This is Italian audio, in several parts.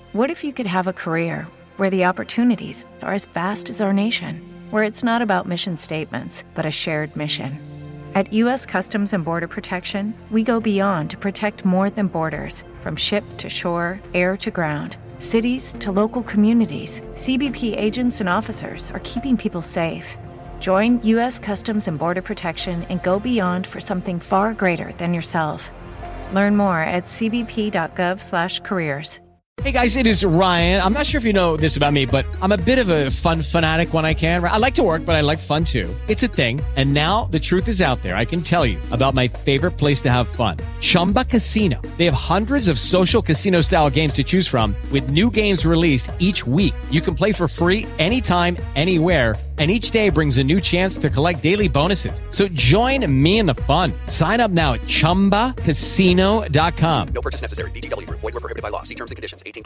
What if you could have a career where the opportunities are as vast as our nation, where it's not about mission statements, but a shared mission? At U.S. Customs and Border Protection, we go beyond to protect more than borders. From ship to shore, air to ground, cities to local communities, CBP agents and officers are keeping people safe. Join U.S. Customs and Border Protection and go beyond for something far greater than yourself. Learn more at cbp.gov/careers. Hey guys, it is Ryan. I'm not sure if you know this about me, but I'm a bit of a fun fanatic when I can. I like to work, but I like fun too. It's a thing. And now the truth is out there. I can tell you about my favorite place to have fun. Chumba Casino. They have hundreds of social casino style games to choose from with new games released each week. You can play for free anytime, anywhere. And each day brings a new chance to collect daily bonuses. So join me in the fun. Sign up now at ChumbaCasino.com. No purchase necessary. VGW Group. Void where prohibited by law. See terms and conditions. 18+.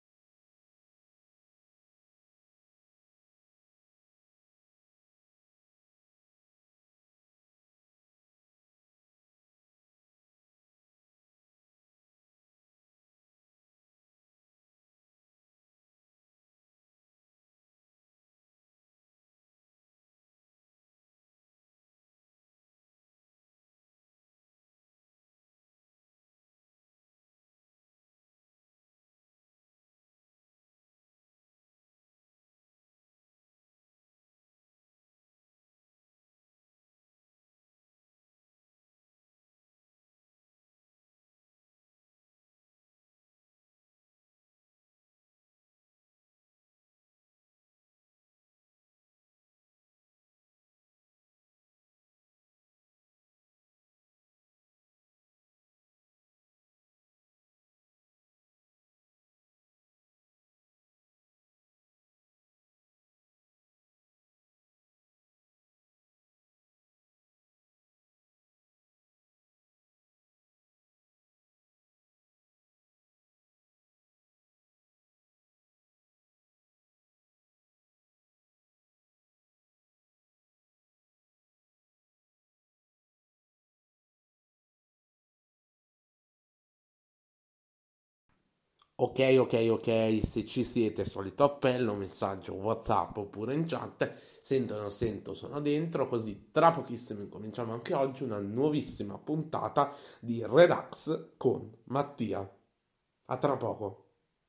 Ok, se ci siete, solito appello, messaggio WhatsApp oppure in chat, sento, non sento, sono dentro, così tra pochissimo incominciamo anche oggi una nuovissima puntata di Relax con Mattia. A tra poco.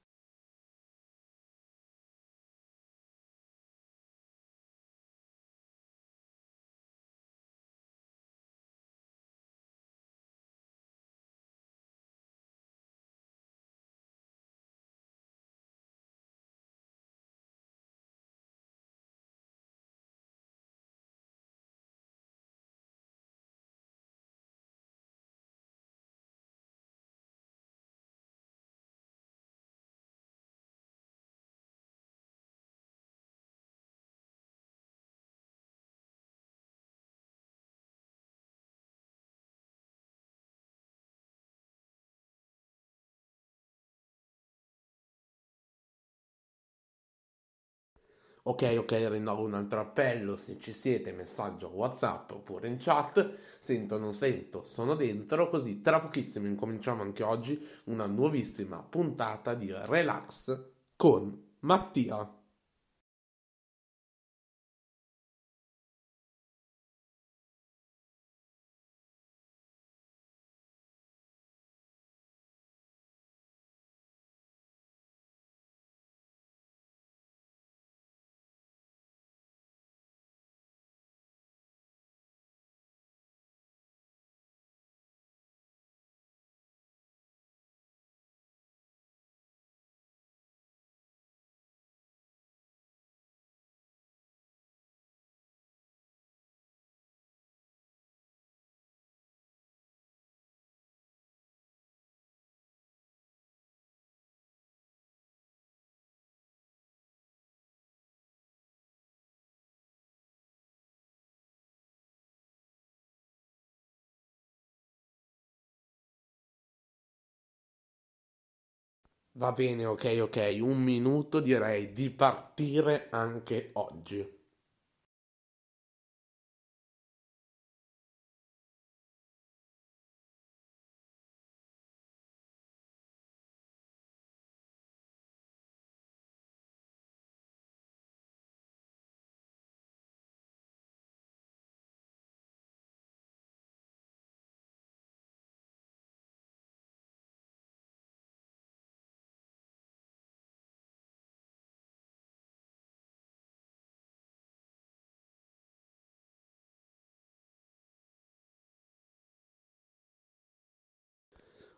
Ok, rinnovo un altro appello, se ci siete, messaggio WhatsApp oppure in chat, sento, non sento, sono dentro, così tra pochissimo incominciamo anche oggi una nuovissima puntata di Relax con Mattia. Va bene, ok, un minuto direi di partire anche oggi.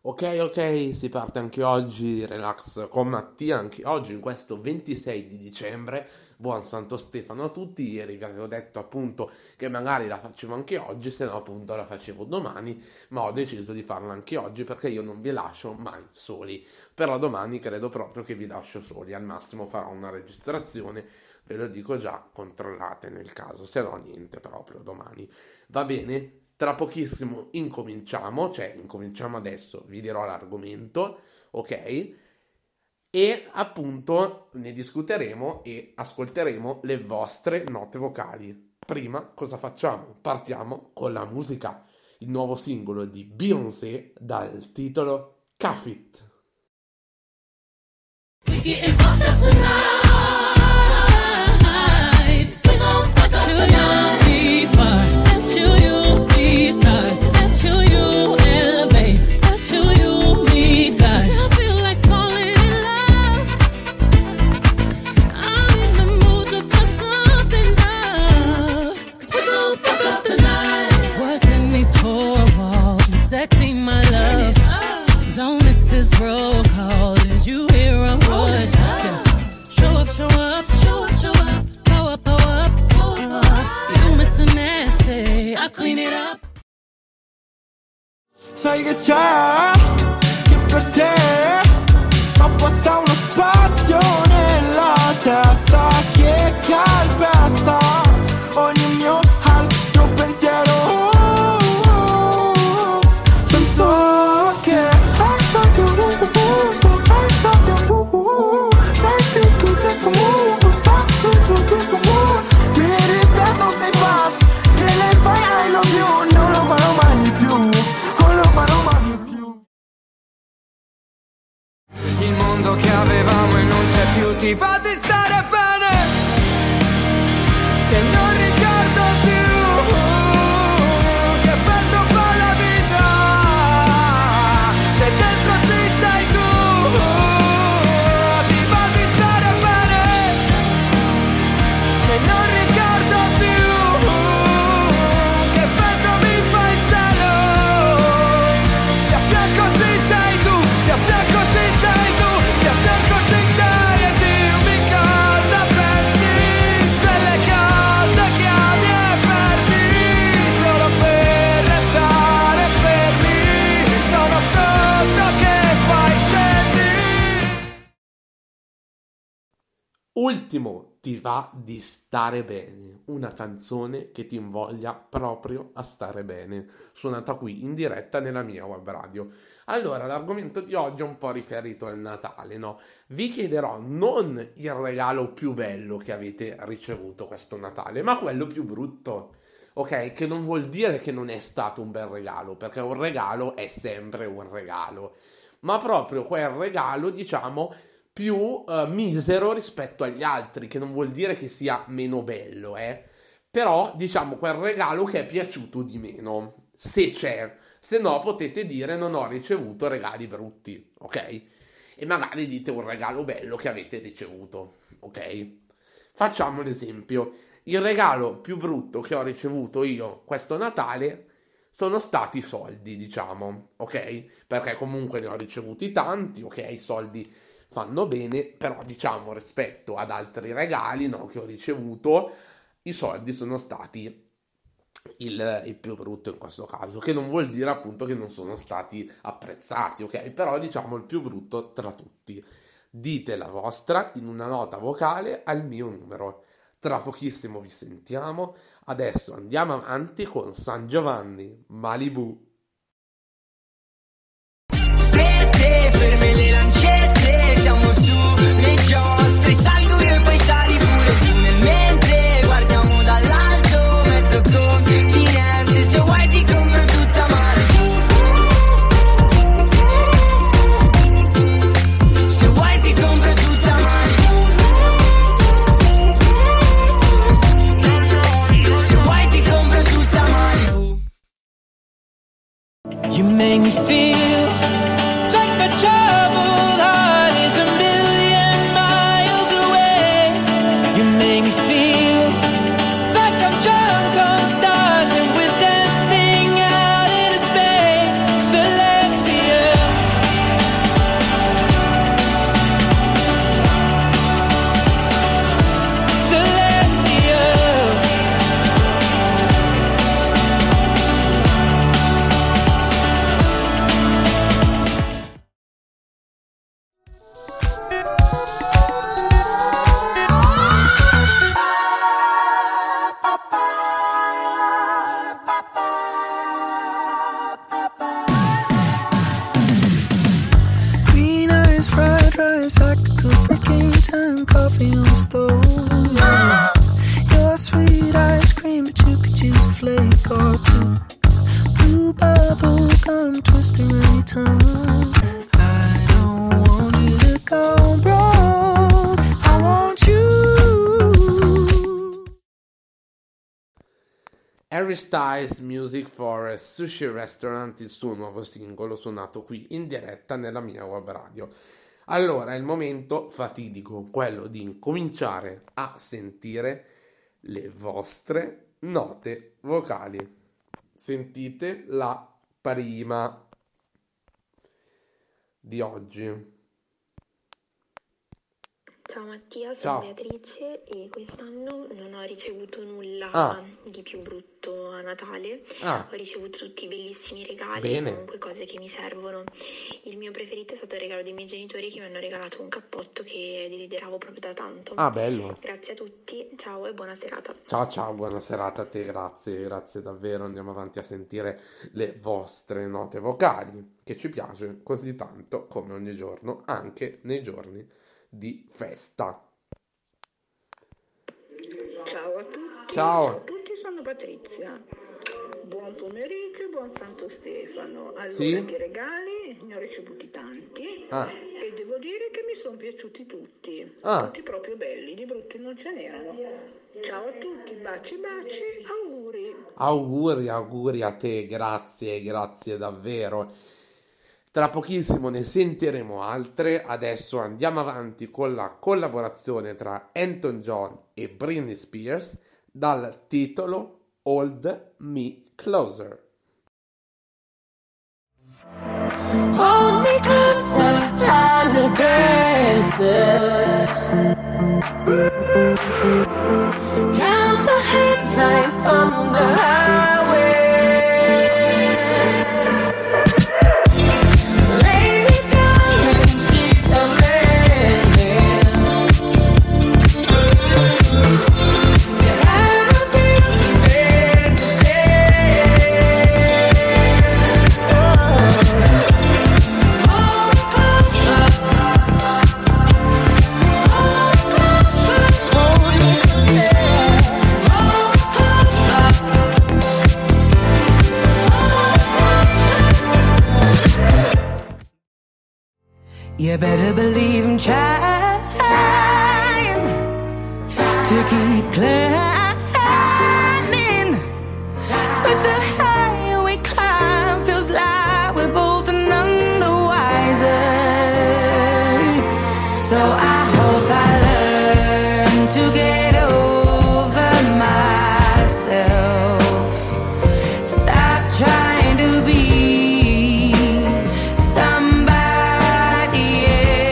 Ok, si parte anche oggi, relax con Mattia, anche oggi in questo 26 di dicembre, buon Santo Stefano a tutti. Ieri vi avevo detto appunto che magari la facevo anche oggi, se no appunto la facevo domani, ma ho deciso di farla anche oggi perché io non vi lascio mai soli, però domani credo proprio che vi lascio soli, al massimo farò una registrazione, ve lo dico già, controllate nel caso, se no niente proprio domani, va bene? Tra pochissimo incominciamo adesso, vi dirò l'argomento, ok? E appunto ne discuteremo e ascolteremo le vostre note vocali. Prima cosa facciamo? Partiamo con la musica, il nuovo singolo di Beyoncé dal titolo Cuff It. Sai che c'è, che per te basta uno spazio nella testa che calpesta ogni mio altro pensiero. Penso che senti tu sei comunque spazio giù che comunque mi ripeto sei pazzo che le fai I love you, non lo farò mai più. Il mondo che avevamo e non c'è più ti fa di stare bene, che non ricordo più che effetto fa la vita, se dentro ci sei tu, ti fa di stare bene, che non ricordo più che effetto mi fa il cielo, se a fianco ci sei tu, se a fianco ci sei tu, se a fianco ci sei e dimmi cosa pensi delle cose che ami e perdi solo per restare fermi, sono sotto che fai scendi. Ultimo, ti va di stare bene, una canzone che ti invoglia proprio a stare bene, suonata qui in diretta nella mia web radio. Allora, l'argomento di oggi è un po' riferito al Natale, no? Vi chiederò non il regalo più bello che avete ricevuto questo Natale, ma quello più brutto, ok? Che non vuol dire che non è stato un bel regalo, perché un regalo è sempre un regalo, ma proprio quel regalo, diciamo, più misero rispetto agli altri, che non vuol dire che sia meno bello, però, diciamo, quel regalo che è piaciuto di meno, se c'è. Se no potete dire non ho ricevuto regali brutti, ok? E magari dite un regalo bello che avete ricevuto, ok? Facciamo l'esempio. Il regalo più brutto che ho ricevuto io questo Natale sono stati i soldi, diciamo, ok? Perché comunque ne ho ricevuti tanti, ok? I soldi fanno bene, però diciamo rispetto ad altri regali, no, che ho ricevuto, i soldi sono stati il più brutto in questo caso, che non vuol dire appunto che non sono stati apprezzati, ok? Però diciamo il più brutto tra tutti. Dite la vostra in una nota vocale al mio numero. Tra pochissimo vi sentiamo. Adesso andiamo avanti con San Giovanni, Malibu. Strette, ferme le lancette, siamo su le giostre, salgo io e poi sali pure tu nel mentre guardiamo dall'alto mezzo continente, se vuoi ti compro tutta Malibu, se vuoi ti compro tutta Malibu, se vuoi ti compro tutta Malibu. You make me feel like a child. I could cook a game time coffee on the stove. Your sweet ice cream, but you could use a flake or two. Blue bubble gum twist around your tongue. I don't want you to go broke. I want you. Harry Styles, Music for a Sushi Restaurant, il suo nuovo singolo suonato qui in diretta nella mia web radio. Allora, è il momento fatidico, quello di incominciare a sentire le vostre note vocali. Sentite la prima di oggi. Ciao Mattia, Ciao. sono Beatrice e quest'anno non ho ricevuto nulla di più brutto a Natale. Ho ricevuto tutti bellissimi regali, Bene. comunque cose che mi servono. Il mio preferito è stato il regalo dei miei genitori che mi hanno regalato un cappotto che desideravo proprio da tanto. Bello. Grazie a tutti, ciao e buona serata. Ciao, buona serata a te, grazie davvero. Andiamo avanti a sentire le vostre note vocali, che ci piace così tanto come ogni giorno, anche nei giorni di festa. Ciao a tutti. Ciao. A tutti, sono Patrizia. Buon pomeriggio e buon Santo Stefano. Allora, Sì? di regali ne ho ricevuti tanti e devo dire che mi sono piaciuti tutti. Tutti proprio belli, di brutti non ce n'erano. Ciao a tutti, baci, auguri. Auguri a te, grazie davvero. Tra pochissimo ne sentiremo altre. Adesso andiamo avanti con la collaborazione tra Elton John e Britney Spears dal titolo Hold Me Closer. Hold me closer, time to dance. Count the headlights on the highway. Lay me down in sheets of linen. You had a busy day today. Hold closer, hold me closer. You better believe I'm trying to keep climbing. But the higher we climb feels like we're both none the wiser. So I hope I learn to get over myself. Stop trying to be somebody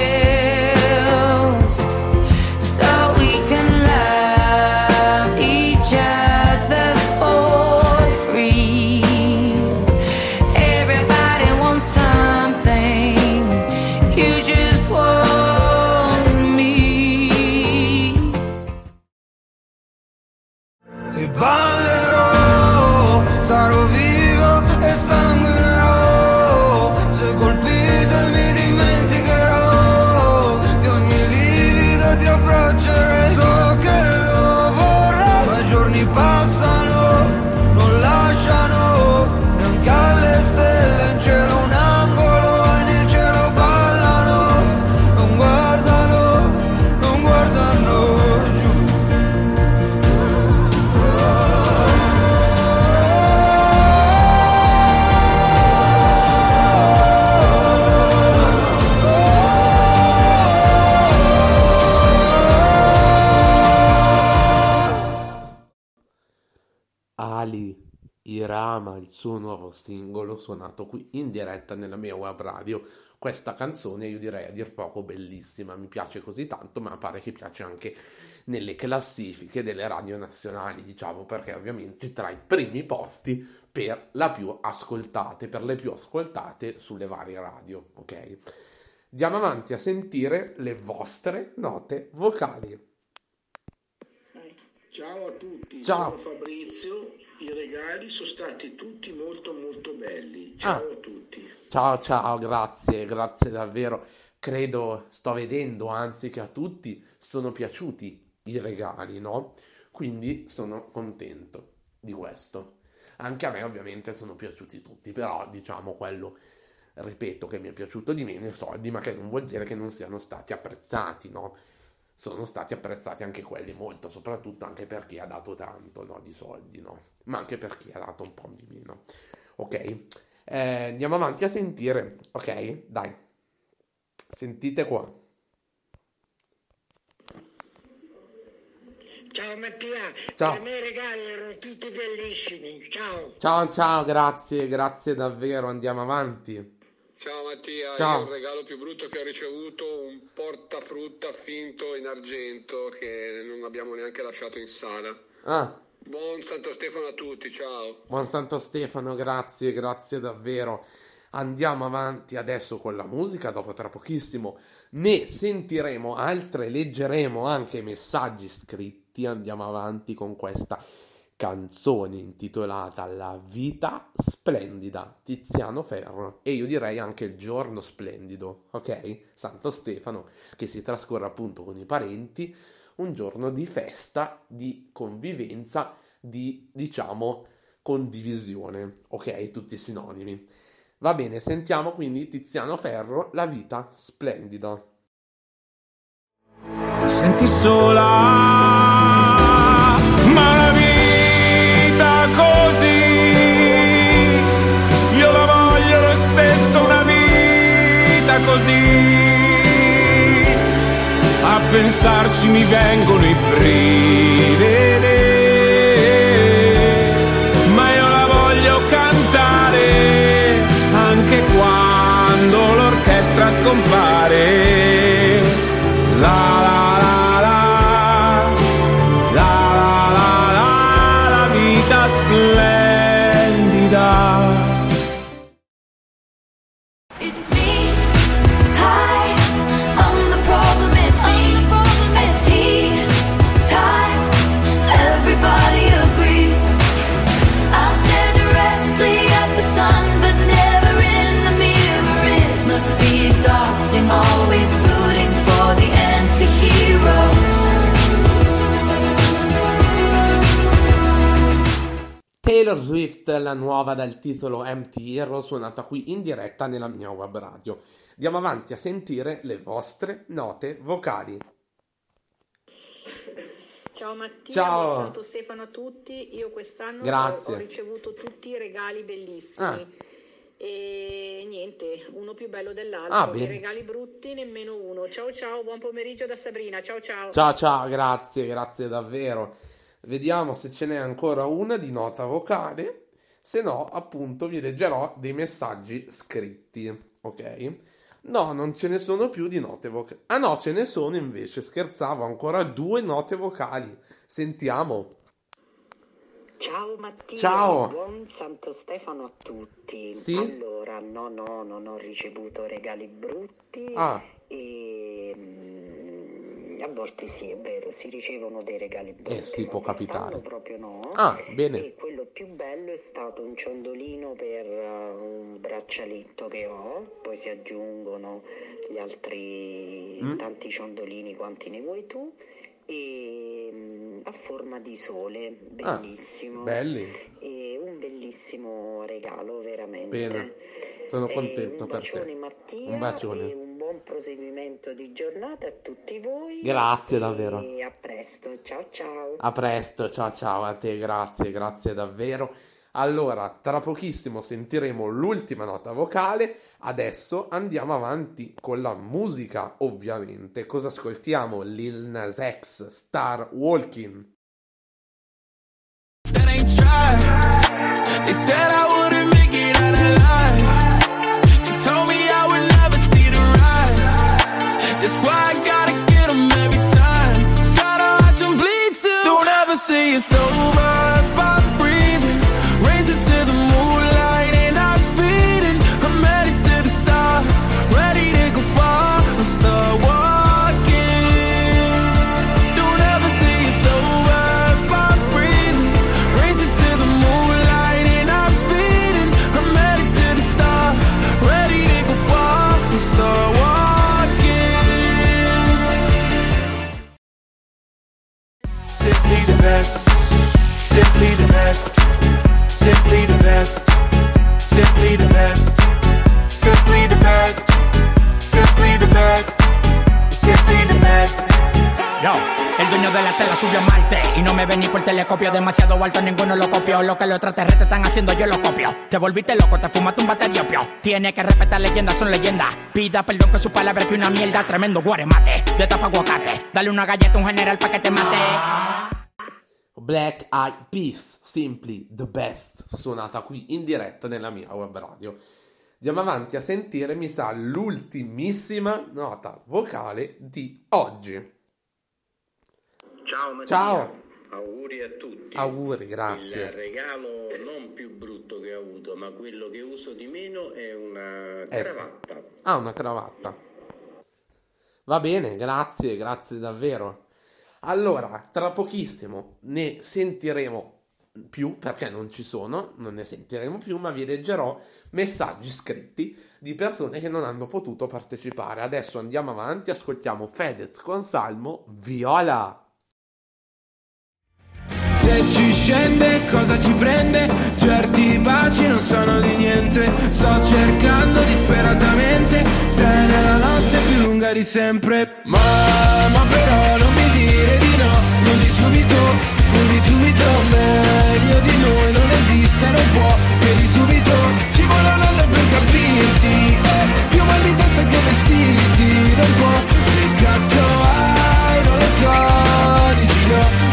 else, so we can love each other for free. Everybody wants something, you just want me. E ballerò, sarò vivo e sanguinerò. Se colpito mi dimenticherò di ogni livido, ti abbraccerei. So che lo vorrò, ma i giorni passano, non lasciano neanche alle stelle in cielo un angolo e nel cielo ballano. Non guardano giù. Ali Irama, il suo nuovo singolo suonato qui in diretta nella mia web radio. Questa canzone io direi a dir poco bellissima, mi piace così tanto, ma pare che piace anche nelle classifiche delle radio nazionali, diciamo, perché ovviamente tra i primi posti per le più ascoltate sulle varie radio, ok? Andiamo avanti a sentire le vostre note vocali. Ciao a tutti, Ciao. sono Fabrizio, i regali sono stati tutti molto molto belli, ciao a tutti. Ciao, grazie davvero. credo, sto vedendo anzi che a tutti sono piaciuti i regali, no? Quindi sono contento di questo. Anche a me ovviamente sono piaciuti tutti, però diciamo quello, ripeto, che mi è piaciuto di meno i soldi, ma che non vuol dire che non siano stati apprezzati, no? Sono stati apprezzati anche quelli molto, soprattutto anche per chi ha dato tanto, no, di soldi, no? Ma anche per chi ha dato un po' di meno. Ok? Andiamo avanti a sentire, ok? Dai. Sentite qua. Ciao Mattia, ciao. Per me i regali erano tutti bellissimi, ciao. Ciao, grazie davvero, andiamo avanti. Ciao Mattia, ciao. Io il regalo più brutto che ho ricevuto, un portafrutta finto in argento che non abbiamo neanche lasciato in sala. Buon Santo Stefano a tutti, ciao. Buon Santo Stefano, grazie davvero. Andiamo avanti adesso con la musica, dopo tra pochissimo ne sentiremo altre, leggeremo anche messaggi scritti. Andiamo avanti con questa canzone intitolata La vita splendida, Tiziano Ferro, e io direi anche il giorno splendido, ok? Santo Stefano, che si trascorre appunto con i parenti, un giorno di festa, di convivenza, di, diciamo, condivisione, ok? Tutti sinonimi. Va bene, sentiamo quindi Tiziano Ferro, La vita splendida. Ti senti sola, ma la vita così, io la voglio lo stesso, una vita così. A pensarci mi vengono i brividi, ma io la voglio cantare anche quando l'orchestra scompare. La vita splendida. It's me, hi, I'm the problem, it's me. At tea time, everybody agrees. I stare directly at the sun, but never in the mirror. It must be exhausting, always rooting for the anti-hero. Taylor Swift, la nuova dal titolo Empty Hero, suonata qui in diretta nella mia web radio. Andiamo avanti a sentire le vostre note vocali. Ciao Mattia, ciao. Buon Santo Stefano a tutti. Io quest'anno ho ricevuto tutti i regali bellissimi. E niente, uno più bello dell'altro. I regali brutti nemmeno uno. Ciao, buon pomeriggio da Sabrina. Ciao. Ciao, grazie davvero. Vediamo se ce n'è ancora una di nota vocale, se no appunto vi leggerò dei messaggi scritti, ok? No, non ce ne sono più di note vocali. Ah no, ce ne sono invece, scherzavo, ancora 2 note vocali. Sentiamo. Ciao Mattia, ciao. Buon Santo Stefano a tutti. Sì? Allora, no, non ho ricevuto regali brutti e a volte sì, è vero, si ricevono dei regali brutti, sì, può capitare. Proprio no. Bene. E quello più bello è stato un ciondolino per un braccialetto che ho, poi si aggiungono gli altri tanti ciondolini quanti ne vuoi tu, e a forma di sole, bellissimo. Belli. E un bellissimo regalo, veramente. Bene, sono contento per te. Un bacione Mattia, un bacione. E un buon proseguimento di giornata a tutti voi. Grazie davvero. E a presto, ciao. A presto, ciao a te, grazie davvero. Allora, tra pochissimo sentiremo l'ultima nota vocale. Adesso andiamo avanti con la musica, ovviamente. Cosa ascoltiamo? Lil Nas X, Star Walking. That ain't tried. They said I wouldn't make it out alive. They told me I would never see the rise. That's why I gotta get them every time. Gotta watch them bleed too. Don't ever say it's over if I'm breathing. Raise it to the moonlight and I'm speeding. I'm headed to the stars, ready to go far. I'm start walking. Don't ever say it's over if I'm breathing. Raise it to the moonlight and I'm speeding. I'm headed to the stars, ready to go far. I'm start walking. Simply the best. Simply the best. Simply the best. Simply the best. Simply the best. Simply the best. Yo, el dueño de la tela subió a Marte y no me vení por telescopio, demasiado alto, ninguno lo copió. Lo que los extraterrestres están haciendo yo lo copio. Te volviste loco, te fumaste un bate de opio. Tiene que respetar leyendas, son leyendas. Pida perdón que su palabra que una mierda. Tremendo guaremate, de tapa aguacate. Dale una galleta a un general pa' que te mate. Black Eyed Peas, Simply the Best, suonata qui in diretta nella mia web radio. Andiamo avanti a sentire, mi sa, l'ultimissima nota vocale di oggi. Ciao Mattia. Ciao. Auguri a tutti. Auguri, grazie. Il regalo non più brutto che ho avuto, ma quello che uso di meno è una cravatta. Ah, una cravatta. Va bene, grazie davvero. Allora, tra pochissimo ne sentiremo più, perché non ne sentiremo più, ma vi leggerò messaggi scritti di persone che non hanno potuto partecipare. Adesso andiamo avanti, ascoltiamo Fedez con Salmo, Viola. Se ci scende cosa ci prende? Certi baci non sono di niente. Sto cercando disperatamente te nella notte più lunga di sempre. Ma però non mi dire di no. Non di subito, meglio di noi non esiste, non può. Chiedi subito, ci vuole un anno per capirti. Più mal di testa che vestiti. Non può, che cazzo hai? Non lo so, dici no.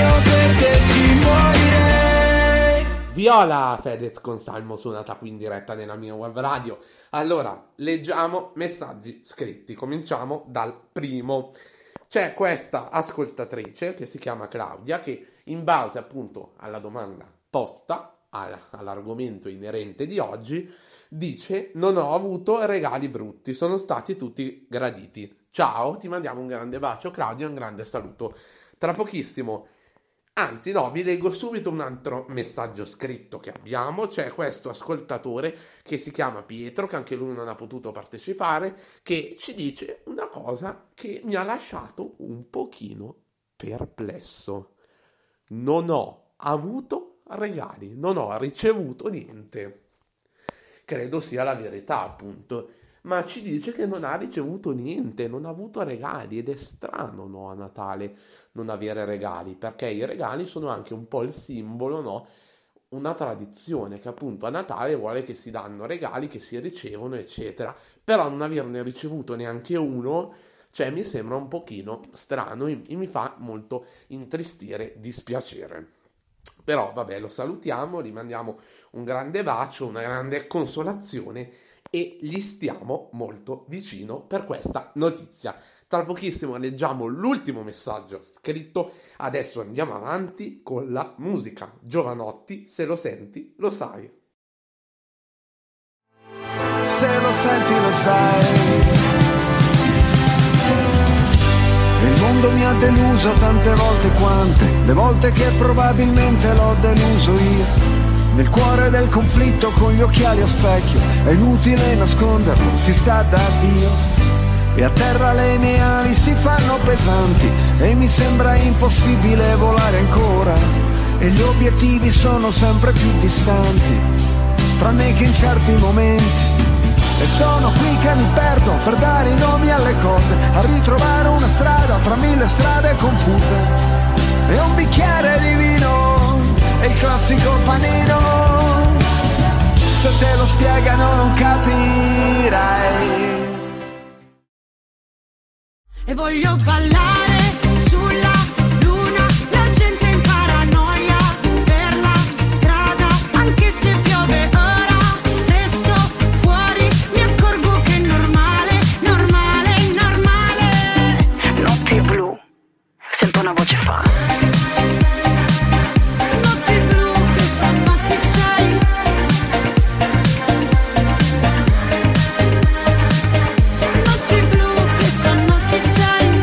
Viola, Fedez con Salmo, suonata qui in diretta nella mia web radio. Allora, leggiamo messaggi scritti. Cominciamo dal primo. C'è questa ascoltatrice che si chiama Claudia che, in base appunto alla domanda posta, all'argomento inerente di oggi, dice: non ho avuto regali brutti, sono stati tutti graditi. Ciao, ti mandiamo un grande bacio Claudia, un grande saluto. Tra pochissimo, anzi no, vi leggo subito un altro messaggio scritto che abbiamo. C'è questo ascoltatore che si chiama Pietro, che anche lui non ha potuto partecipare, che ci dice una cosa che mi ha lasciato un pochino perplesso. Non ho avuto regali, non ho ricevuto niente. Credo sia la verità, appunto. Ma ci dice che non ha ricevuto niente, non ha avuto regali, ed è strano, no, a Natale non avere regali, perché i regali sono anche un po' il simbolo, no? Una tradizione che appunto a Natale vuole che si danno regali, che si ricevono, eccetera. Però non averne ricevuto neanche uno, cioè mi sembra un pochino strano e mi fa molto intristire, dispiacere. Però vabbè, lo salutiamo, gli mandiamo un grande bacio, una grande consolazione e gli stiamo molto vicino per questa notizia. Tra pochissimo leggiamo l'ultimo messaggio scritto. Adesso andiamo avanti con la musica. Giovanotti, se lo senti, lo sai. Se lo senti, lo sai. Il mondo mi ha deluso tante volte quante, le volte che probabilmente l'ho deluso io. Nel cuore del conflitto con gli occhiali a specchio, è inutile nasconderlo, si sta da Dio. E a terra le mie ali si fanno pesanti e mi sembra impossibile volare ancora. E gli obiettivi sono sempre più distanti, tranne che in certi momenti. E sono qui che mi perdo per dare i nomi alle cose, a ritrovare una strada tra mille strade confuse. E un bicchiere di vino e il classico panino, se te lo spiegano non capirai. E voglio ballare sulla luna, la gente in paranoia per la strada, anche se piove ora, resto fuori, mi accorgo che è normale, normale, normale. Notti blu, sento una voce fa. Notti blu che sanno chi sei. Notti blu che sanno chi sei.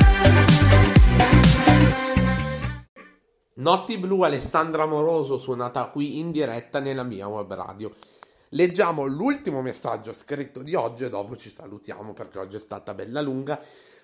Notti blu, Alessandra Amoroso, suonata qui in diretta nella mia web radio. Leggiamo l'ultimo messaggio scritto di oggi e dopo ci salutiamo perché oggi è stata bella lunga.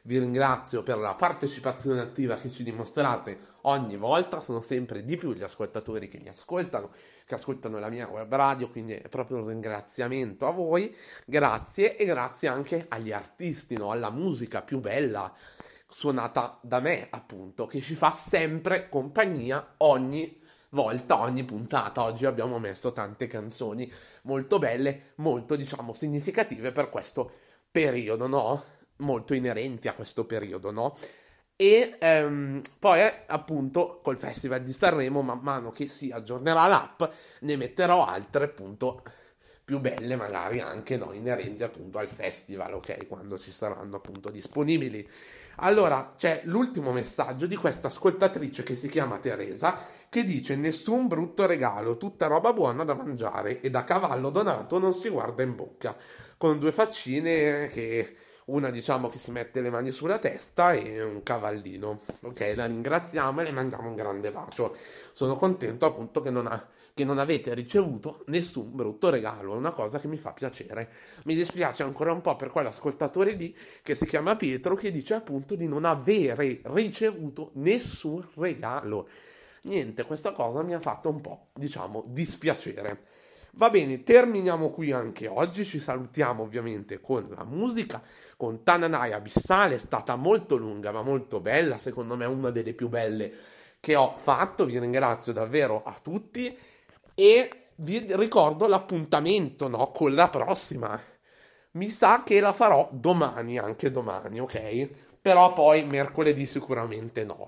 vi ringrazio per la partecipazione attiva che ci dimostrate ogni volta, sono sempre di più gli ascoltatori che mi ascoltano, che ascoltano la mia web radio, quindi è proprio un ringraziamento a voi, grazie, e grazie anche agli artisti, no? Alla musica più bella suonata da me, appunto, che ci fa sempre compagnia ogni volta, ogni puntata. Oggi abbiamo messo tante canzoni molto belle, molto, diciamo, significative per questo periodo, no? Molto inerenti a questo periodo, no? E poi appunto col Festival di Sanremo, man mano che si aggiornerà l'app, ne metterò altre appunto più belle, magari anche, no, inerenti appunto al festival, ok? Quando ci saranno appunto disponibili. Allora c'è l'ultimo messaggio di questa ascoltatrice che si chiama Teresa, che dice: nessun brutto regalo, tutta roba buona da mangiare, e da cavallo donato non si guarda in bocca, con 2 faccine, che una diciamo che si mette le mani sulla testa e un cavallino. Ok, la ringraziamo e le mandiamo un grande bacio. Sono contento appunto che non avete ricevuto nessun brutto regalo, è una cosa che mi fa piacere. Mi dispiace ancora un po' per quell'ascoltatore lì che si chiama Pietro, che dice appunto di non avere ricevuto nessun regalo. Niente, questa cosa mi ha fatto un po', diciamo, dispiacere. Va bene, terminiamo qui anche oggi, ci salutiamo ovviamente con la musica, con Tananai Abissale, è stata molto lunga ma molto bella, secondo me una delle più belle che ho fatto, vi ringrazio davvero a tutti e vi ricordo l'appuntamento, no, con la prossima. Mi sa che la farò domani, anche domani, ok? Però poi mercoledì sicuramente no,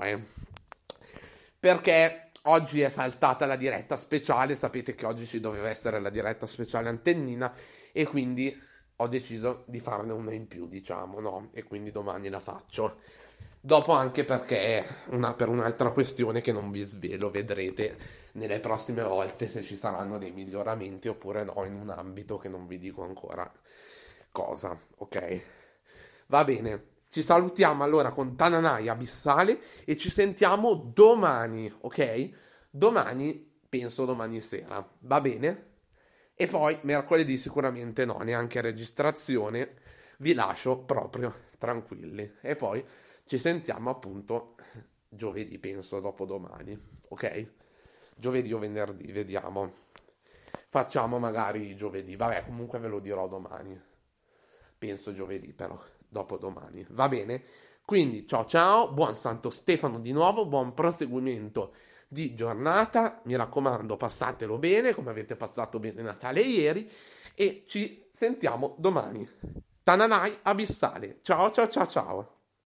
perché oggi è saltata la diretta speciale, sapete che oggi ci doveva essere la diretta speciale Antennina e quindi ho deciso di farne una in più, diciamo, no? E quindi domani la faccio. Dopo anche perché per un'altra questione che non vi svelo, vedrete nelle prossime volte se ci saranno dei miglioramenti oppure no, in un ambito che non vi dico ancora cosa, ok? Va bene. Ci salutiamo allora con Tananai Abissale e ci sentiamo domani, ok? Domani, penso domani sera, va bene? E poi mercoledì sicuramente no, neanche registrazione, vi lascio proprio tranquilli. E poi ci sentiamo appunto giovedì, penso, dopodomani, ok? Giovedì o venerdì, vediamo. Facciamo magari giovedì, vabbè, comunque ve lo dirò domani. Penso giovedì però. Dopodomani, va bene? Quindi ciao ciao, buon Santo Stefano di nuovo, buon proseguimento di giornata, mi raccomando passatelo bene come avete passato bene Natale ieri e ci sentiamo domani. Tananai Abissale, ciao ciao ciao ciao.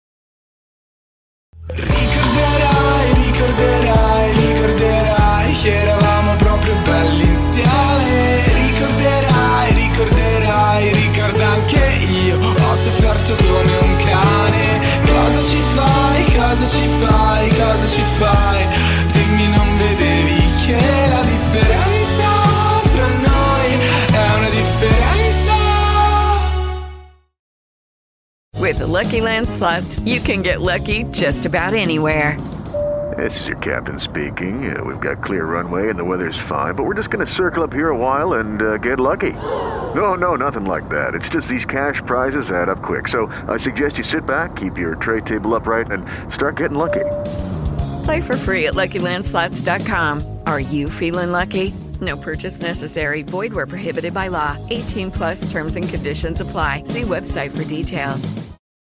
Ricorderai che eravamo proprio belli insieme. Ricorderai, ricorda anche io, ho sofferto come un cane. Cosa ci fai? Dimmi, non vedevi che la differenza tra noi è una differenza? With the Lucky Land Slots, you can get lucky just about anywhere. This is your captain speaking. We've got clear runway and the weather's fine, but we're just going to circle up here a while and get lucky. No, nothing like that. It's just these cash prizes add up quick. So I suggest you sit back, keep your tray table upright, and start getting lucky. Play for free at LuckyLandSlots.com. Are you feeling lucky? No purchase necessary. Void where prohibited by law. 18+ terms and conditions apply. See website for details.